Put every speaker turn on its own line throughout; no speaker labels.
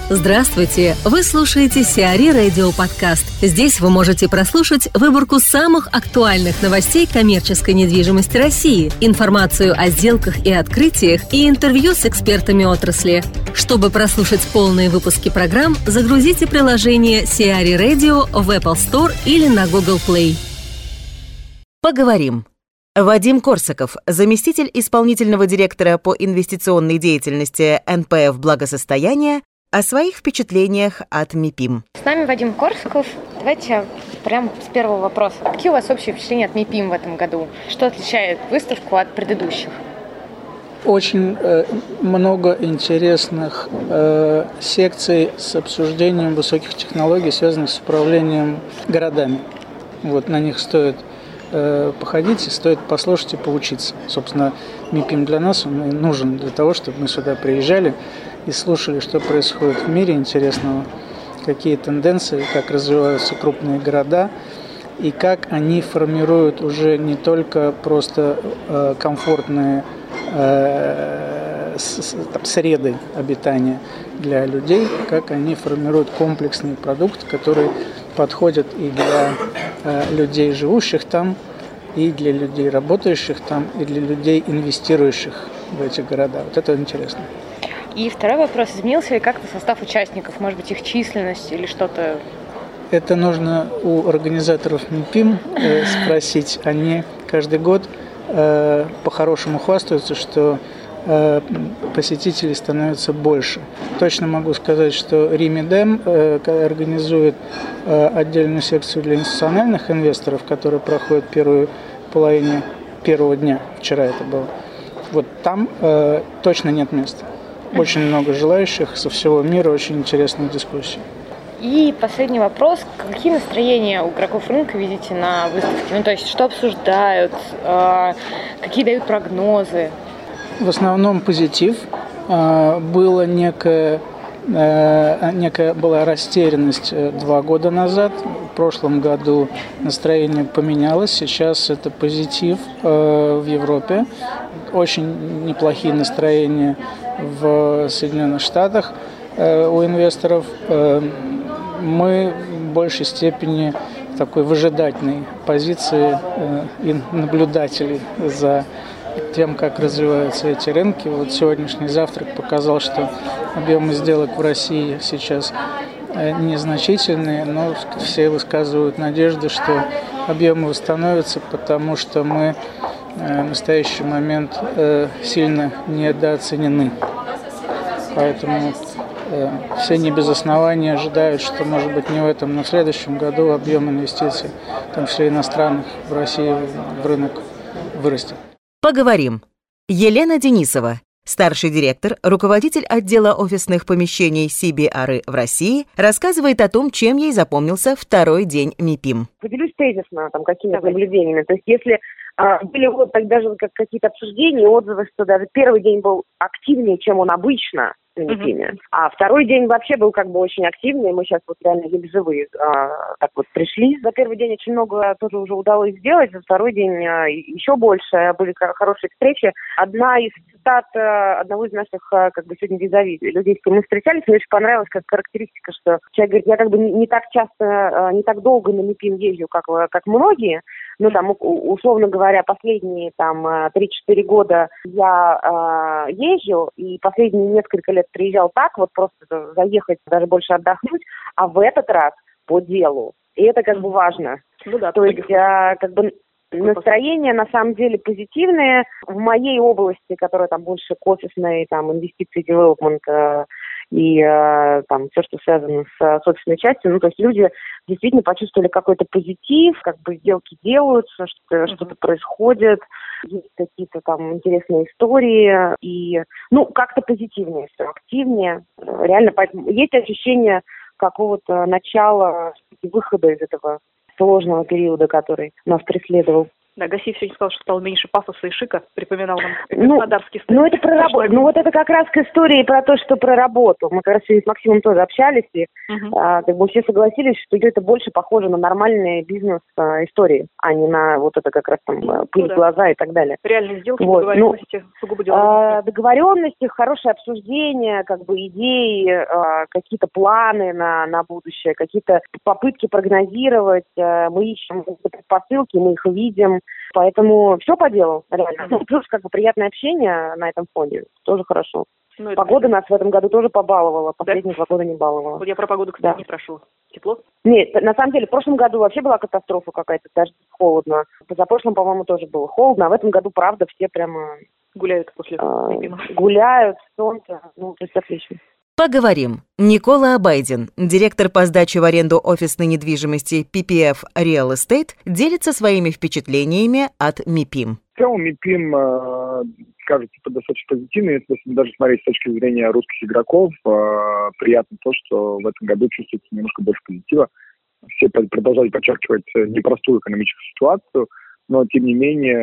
Здравствуйте! Вы слушаете Сиари Радио Подкаст. Здесь вы можете прослушать выборку самых актуальных новостей коммерческой недвижимости России, информацию о сделках и открытиях и интервью с экспертами отрасли. Чтобы прослушать полные выпуски программ, загрузите приложение Сиари Radio в Apple Store или на Google Play.
Поговорим. Вадим Корсаков, заместитель исполнительного директора по инвестиционной деятельности НПФ «Благосостояние», о своих впечатлениях от МИПИМ.
С нами Вадим Корсаков. Давайте прямо с первого вопроса. Какие у вас общие впечатления от МИПИМ в этом году? Что отличает выставку от предыдущих?
Очень много интересных секций с обсуждением высоких технологий, связанных с управлением городами. Вот на них стоит походить, стоит послушать и поучиться. Собственно, МИПИМ для нас он нужен для того, чтобы мы сюда приезжали и слушали, что происходит в мире интересного, какие тенденции, как развиваются крупные города и как они формируют уже не только просто комфортные среды обитания для людей, как они формируют комплексный продукт, который подходит и для людей, живущих там, и для людей, работающих там, и для людей, инвестирующих в эти города. Вот это интересно.
И второй вопрос. Изменился ли как-то состав участников? Может быть, их численность или что-то?
Это нужно у организаторов МИПИМ спросить. Они каждый год по-хорошему хвастаются, что посетителей становится больше. Точно могу сказать, что РИМИДЭМ организует отдельную секцию для институциональных инвесторов, которая проходит первую половину первого дня. Вчера это было. Вот там точно нет места. Очень много желающих со всего мира, очень интересные дискуссии.
И последний вопрос. Какие настроения у игроков рынка видите на выставке? Ну, то есть, что обсуждают, какие дают прогнозы?
В основном позитив. Была некая была растерянность 2 года назад. В прошлом году настроение поменялось. Сейчас это позитив в Европе. Очень неплохие настроения в Соединенных Штатах у инвесторов. Мы в большей степени в такой выжидательной позиции и наблюдателей за тем, как развиваются эти рынки. Вот сегодняшний завтрак показал, что объемы сделок в России сейчас незначительные, но все высказывают надежду, что объемы восстановятся, потому что мы в настоящий момент сильно недооценены. Поэтому все не без основания ожидают, что, может быть, не в этом, но в следующем году объем инвестиций, в том числе иностранных, в России в рынок вырастет.
Поговорим. Елена Денисова, старший директор, руководитель отдела офисных помещений CBRE в России, рассказывает о том, чем ей запомнился второй день МИПИМ.
Поделюсь тезисно какими-то наблюдениями. То есть если были вот тогда же какие-то обсуждения, отзывы, что даже первый день был активнее, чем он обычно в МИПИМе. А второй день вообще был очень активный. Мы сейчас вот реально еле так вот пришли. За первый день очень много тоже уже удалось сделать. За второй день еще больше. Были хорошие встречи. Одна из цитат одного из наших сегодня визави людей, с кем мы встречались, мне очень понравилась как характеристика, что человек говорит, я не так часто, не так долго на МИПИМ езжу, как многие. Ну, условно говоря, последние 3-4 года я езжу, и последние несколько лет приезжал так, вот просто заехать, даже больше отдохнуть, а в этот раз по делу. И это важно.
Ну да,
то есть, настроения на самом деле позитивные. В моей области, которая больше к офисной, инвестиции, девелопмент и все, что связано с собственной частью, то есть люди действительно почувствовали какой-то позитив, сделки делаются, что-то происходит, есть какие-то интересные истории, и, как-то позитивнее все, активнее. Реально, есть ощущение какого-то начала, выхода из этого сложного периода, который нас преследовал.
Да, Гассиев сегодня сказал, что стало меньше пафоса и шика, припоминал нам краснодарский стыд.
Это про работу. Вот это как раз к истории про то, что про работу. Мы как раз сегодня с Максимом тоже общались, и все согласились, что это больше похоже на нормальные бизнес-истории, а не на вот это как раз там пыль в глаза и так далее.
Реальные сделки, договоренности, сугубо деловые.
Договоренности, хорошее обсуждение, идеи, какие-то планы на будущее, какие-то попытки прогнозировать. Мы ищем предпосылки, мы их видим. Поэтому все по делу, реально. Плюс приятное общение на этом фоне. Тоже хорошо. Погода нас в этом году тоже побаловала. Последние 2 года не баловала.
Вот я про погоду, кстати, не прошу. Тепло?
Нет, на самом деле, в прошлом году вообще была катастрофа какая-то, даже холодно. Позапрошлом, по-моему, тоже было холодно, а в этом году, правда, все прямо...
Гуляют после Мипима.
Гуляют, солнце, то есть отлично.
Поговорим. Никола Абайдин, директор по сдаче в аренду офисной недвижимости PPF Real Estate, делится своими впечатлениями от МИПИМ.
В целом МИПИМ кажется достаточно позитивным, если даже смотреть с точки зрения русских игроков. Приятно то, что в этом году чувствуется немножко больше позитива. Все продолжают подчеркивать непростую экономическую ситуацию, но тем не менее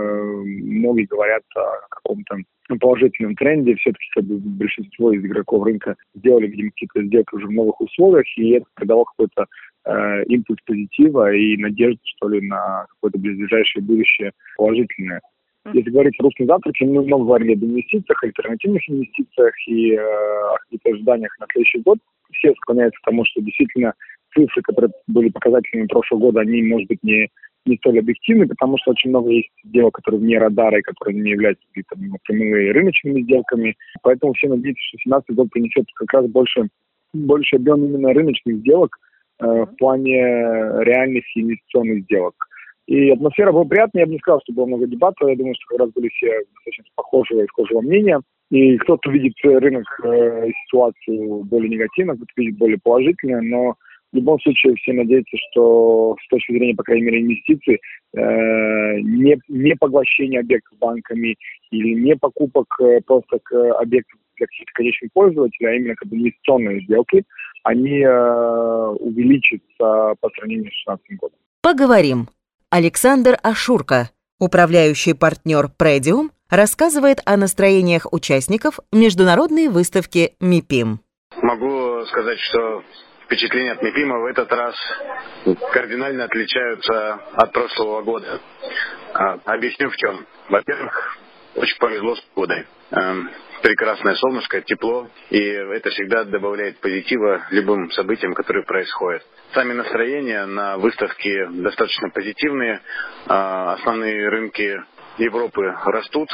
многие говорят о каком-то положительном тренде. Все-таки большинство из игроков рынка сделали, видимо, какие-то сделки уже в новых условиях, и это придало какой-то импульс позитива и надежды, что ли, на какое-то ближайшее будущее положительное. Если говорить о русском завтраке, мы много говорили об инвестициях, альтернативных инвестициях и о каких-то ожиданиях на следующий год. Все склоняются к тому, что действительно цифры, которые были показательными прошлого года, они, может быть, не столь объективны, потому что очень много есть сделок, которые вне радара и которые не являются прямыми рыночными сделками. Поэтому все надеются, что 2017 год принесет как раз больше объем именно рыночных сделок в плане реальных инвестиционных сделок. И атмосфера была приятная, я бы не сказал, что было много дебатов, я думаю, что как раз были все достаточно похожего и схожего мнения. И кто-то видит рынок и ситуацию более негативно, кто-то видит более положительно, но в любом случае все надеются, что с точки зрения, по крайней мере, инвестиций, не поглощение объектов банками или не покупок просто объектов для каких-то конечных пользователей, а именно инвестиционные сделки, они увеличатся по сравнению с 2016 годом.
Поговорим. Александр Ашурко, управляющий партнер Predium, рассказывает о настроениях участников международной выставки МИПИМ.
Могу сказать, что впечатления от МИПИМа в этот раз кардинально отличаются от прошлого года. Объясню в чем. Во-первых, очень повезло с погодой. Прекрасное солнышко, тепло, и это всегда добавляет позитива любым событиям, которые происходят. Сами настроения на выставке достаточно позитивные. Основные рынки Европы растут,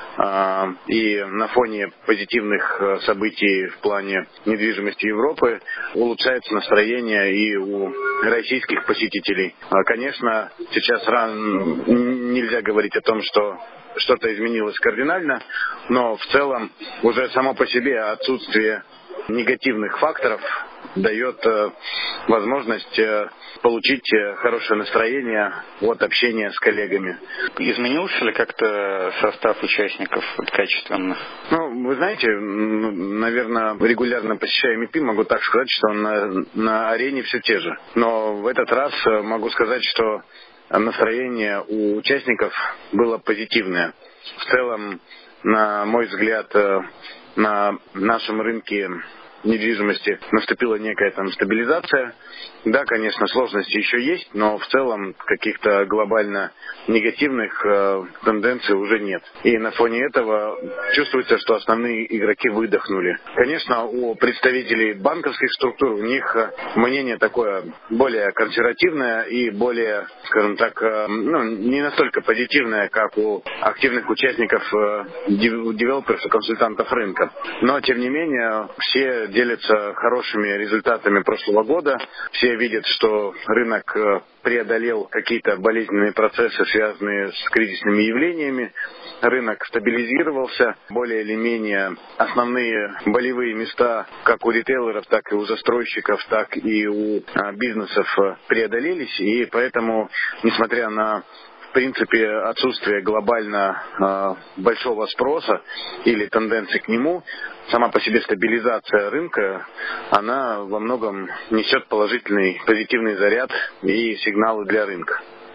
и на фоне позитивных событий в плане недвижимости Европы улучшается настроение и у российских посетителей. Конечно, сейчас нельзя говорить о том, что что-то изменилось кардинально, но в целом уже само по себе отсутствие негативных факторов дает возможность получить хорошее настроение от общения с коллегами.
Изменился ли как-то состав участников качественно?
Вы знаете, наверное, регулярно посещая МИПИМ, могу так сказать, что на арене все те же. Но в этот раз могу сказать, что настроение у участников было позитивное. В целом, на мой взгляд, на нашем рынке недвижимости наступила некая стабилизация. Да, конечно, сложности еще есть, но в целом каких-то глобально негативных тенденций уже нет. И на фоне этого чувствуется, что основные игроки выдохнули. Конечно, у представителей банковских структур у них мнение такое более консервативное и более, скажем так, не настолько позитивное, как у активных участников девелоперов и консультантов рынка. Но, тем не менее, все делятся хорошими результатами прошлого года. Все видят, что рынок преодолел какие-то болезненные процессы, связанные с кризисными явлениями. Рынок стабилизировался. Более или менее основные болевые места как у ритейлеров, так и у застройщиков, так и у бизнесов преодолелись. И поэтому, несмотря на в принципе, отсутствие глобально большого спроса или тенденции к нему, сама по себе стабилизация рынка, она во многом несет положительный, позитивный заряд и сигналы для рынка.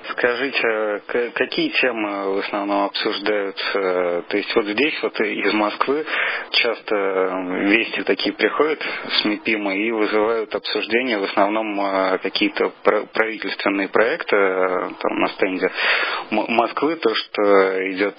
Скажите, какие темы в основном обсуждаются? То есть вот здесь, вот из Москвы, часто вести такие приходят с МИПИМа и вызывают обсуждения, в основном какие-то правительственные проекты там, на стенде Москвы, то, что идет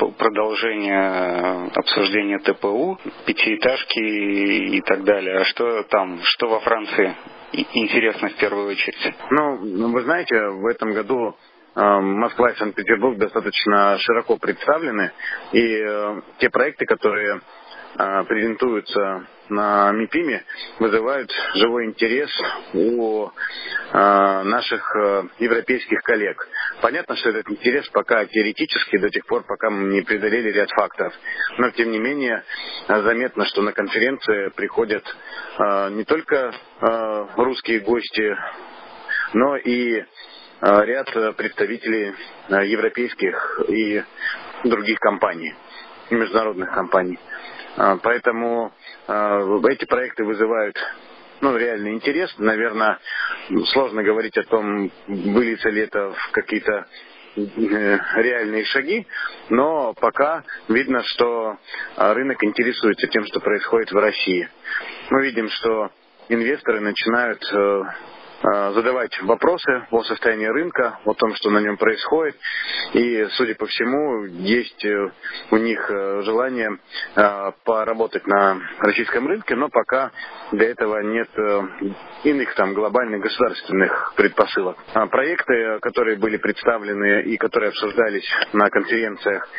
продолжение обсуждения ТПУ, пятиэтажки и так далее. А что там, что во Франции интересно в первую очередь?
Ну, вы знаете, в этом году Москва и Санкт-Петербург достаточно широко представлены, и те проекты, которые презентуются на МИПИМе, вызывают живой интерес у наших европейских коллег. Понятно, что этот интерес пока теоретический, до тех пор, пока мы не преодолели ряд факторов. Но, тем не менее, заметно, что на конференции приходят не только русские гости, но и ряд представителей европейских и других компаний, международных компаний. Поэтому эти проекты вызывают реальный интерес. Наверное, сложно говорить о том, выльется ли это в какие-то реальные шаги, но пока видно, что рынок интересуется тем, что происходит в России. Мы видим, что инвесторы начинают задавать вопросы о состоянии рынка, о том, что на нем происходит. И, судя по всему, есть у них желание поработать на российском рынке, но пока для этого нет иных там глобальных государственных предпосылок. Проекты, которые были представлены и которые обсуждались на конференциях,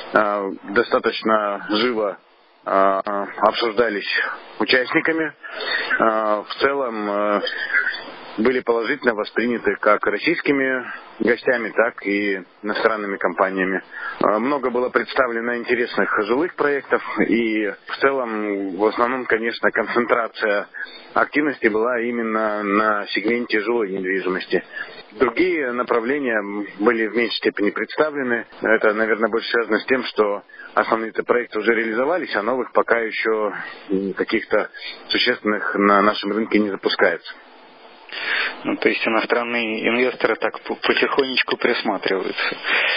достаточно живо обсуждались участниками. В целом были положительно восприняты как российскими гостями, так и иностранными компаниями. Много было представлено интересных жилых проектов, и в целом, в основном, конечно, концентрация активности была именно на сегменте жилой недвижимости. Другие направления были в меньшей степени представлены. Это, наверное, больше связано с тем, что основные проекты уже реализовались, а новых пока еще каких-то существенных на нашем рынке не запускается.
То есть иностранные инвесторы так потихонечку присматриваются.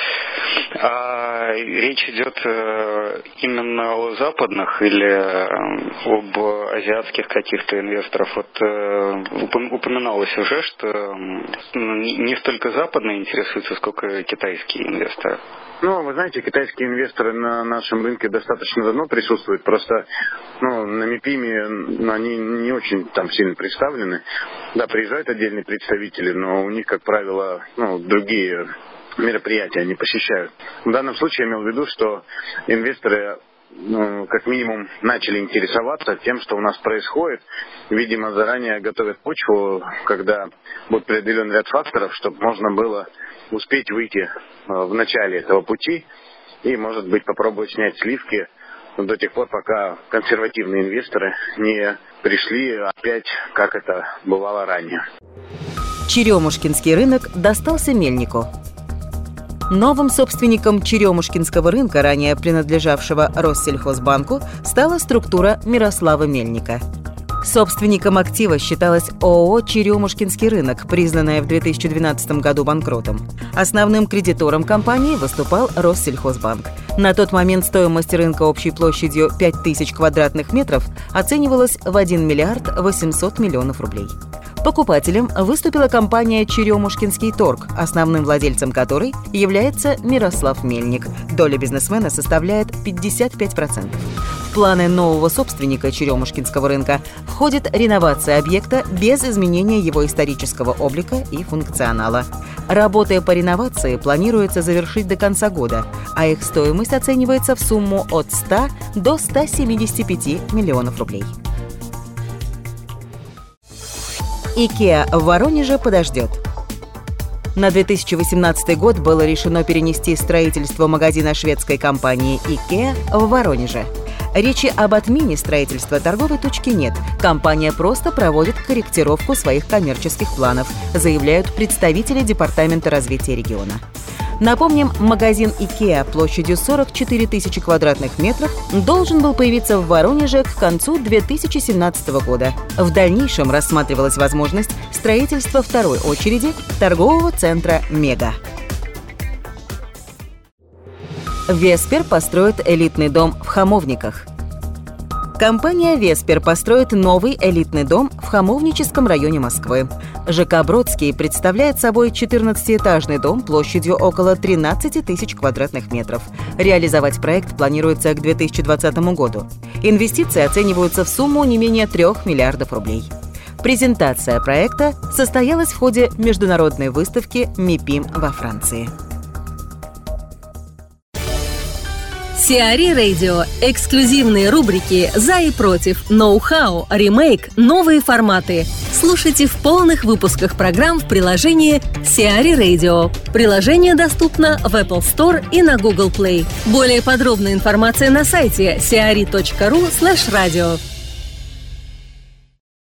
А речь идет именно о западных или об азиатских каких-то инвесторах? Вот упоминалось уже, что не столько западные интересуются, сколько китайские инвесторы.
Вы знаете, китайские инвесторы на нашем рынке достаточно давно присутствуют, просто на МИПИМе они не очень там сильно представлены. Да, приезжают отдельные представители, но у них, как правило, другие мероприятия они посещают. В данном случае я имел в виду, что инвесторы как минимум начали интересоваться тем, что у нас происходит. Видимо, заранее готовят почву, когда будет преодолен ряд факторов, чтобы можно было успеть выйти в начале этого пути и, может быть, попробовать снять сливки до тех пор, пока консервативные инвесторы не пришли опять, как это бывало ранее.
Черемушкинский рынок достался Мельнику. Новым собственником Черемушкинского рынка, ранее принадлежавшего Россельхозбанку, стала структура Мирослава Мельника. Собственником актива считалась ООО «Черемушкинский рынок», признанная в 2012 году банкротом. Основным кредитором компании выступал Россельхозбанк. На тот момент стоимость рынка общей площадью 5000 квадратных метров оценивалась в 1 миллиард 800 миллионов рублей. Покупателем выступила компания «Черемушкинский торг», основным владельцем которой является Мирослав Мельник. Доля бизнесмена составляет 55%. В планы нового собственника Черемушкинского рынка входит реновация объекта без изменения его исторического облика и функционала. Работы по реновации планируется завершить до конца года, а их стоимость оценивается в сумму от 100 до 175 миллионов рублей. IKEA в Воронеже подождет. На 2018 год было решено перенести строительство магазина шведской компании IKEA в Воронеже. Речи об отмене строительства торговой точки нет. Компания просто проводит корректировку своих коммерческих планов, заявляют представители Департамента развития региона. Напомним, магазин IKEA площадью 44 тысячи квадратных метров должен был появиться в Воронеже к концу 2017 года. В дальнейшем рассматривалась возможность строительства второй очереди торгового центра «Мега». Веспер построит элитный дом в Хамовниках. Компания «Веспер» построит новый элитный дом в Хамовническом районе Москвы. ЖК «Бродский» представляет собой 14-этажный дом площадью около 13 тысяч квадратных метров. Реализовать проект планируется к 2020 году. Инвестиции оцениваются в сумму не менее 3 миллиардов рублей. Презентация проекта состоялась в ходе международной выставки МИПИМ во Франции.
Сиари Radio. Эксклюзивные рубрики «За и против», «Ноу-хау», «Ремейк», «Новые форматы». Слушайте в полных выпусках программ в приложении Сиари Radio. Приложение доступно в Apple Store и на Google Play. Более подробная информация на сайте siari.ru/radio.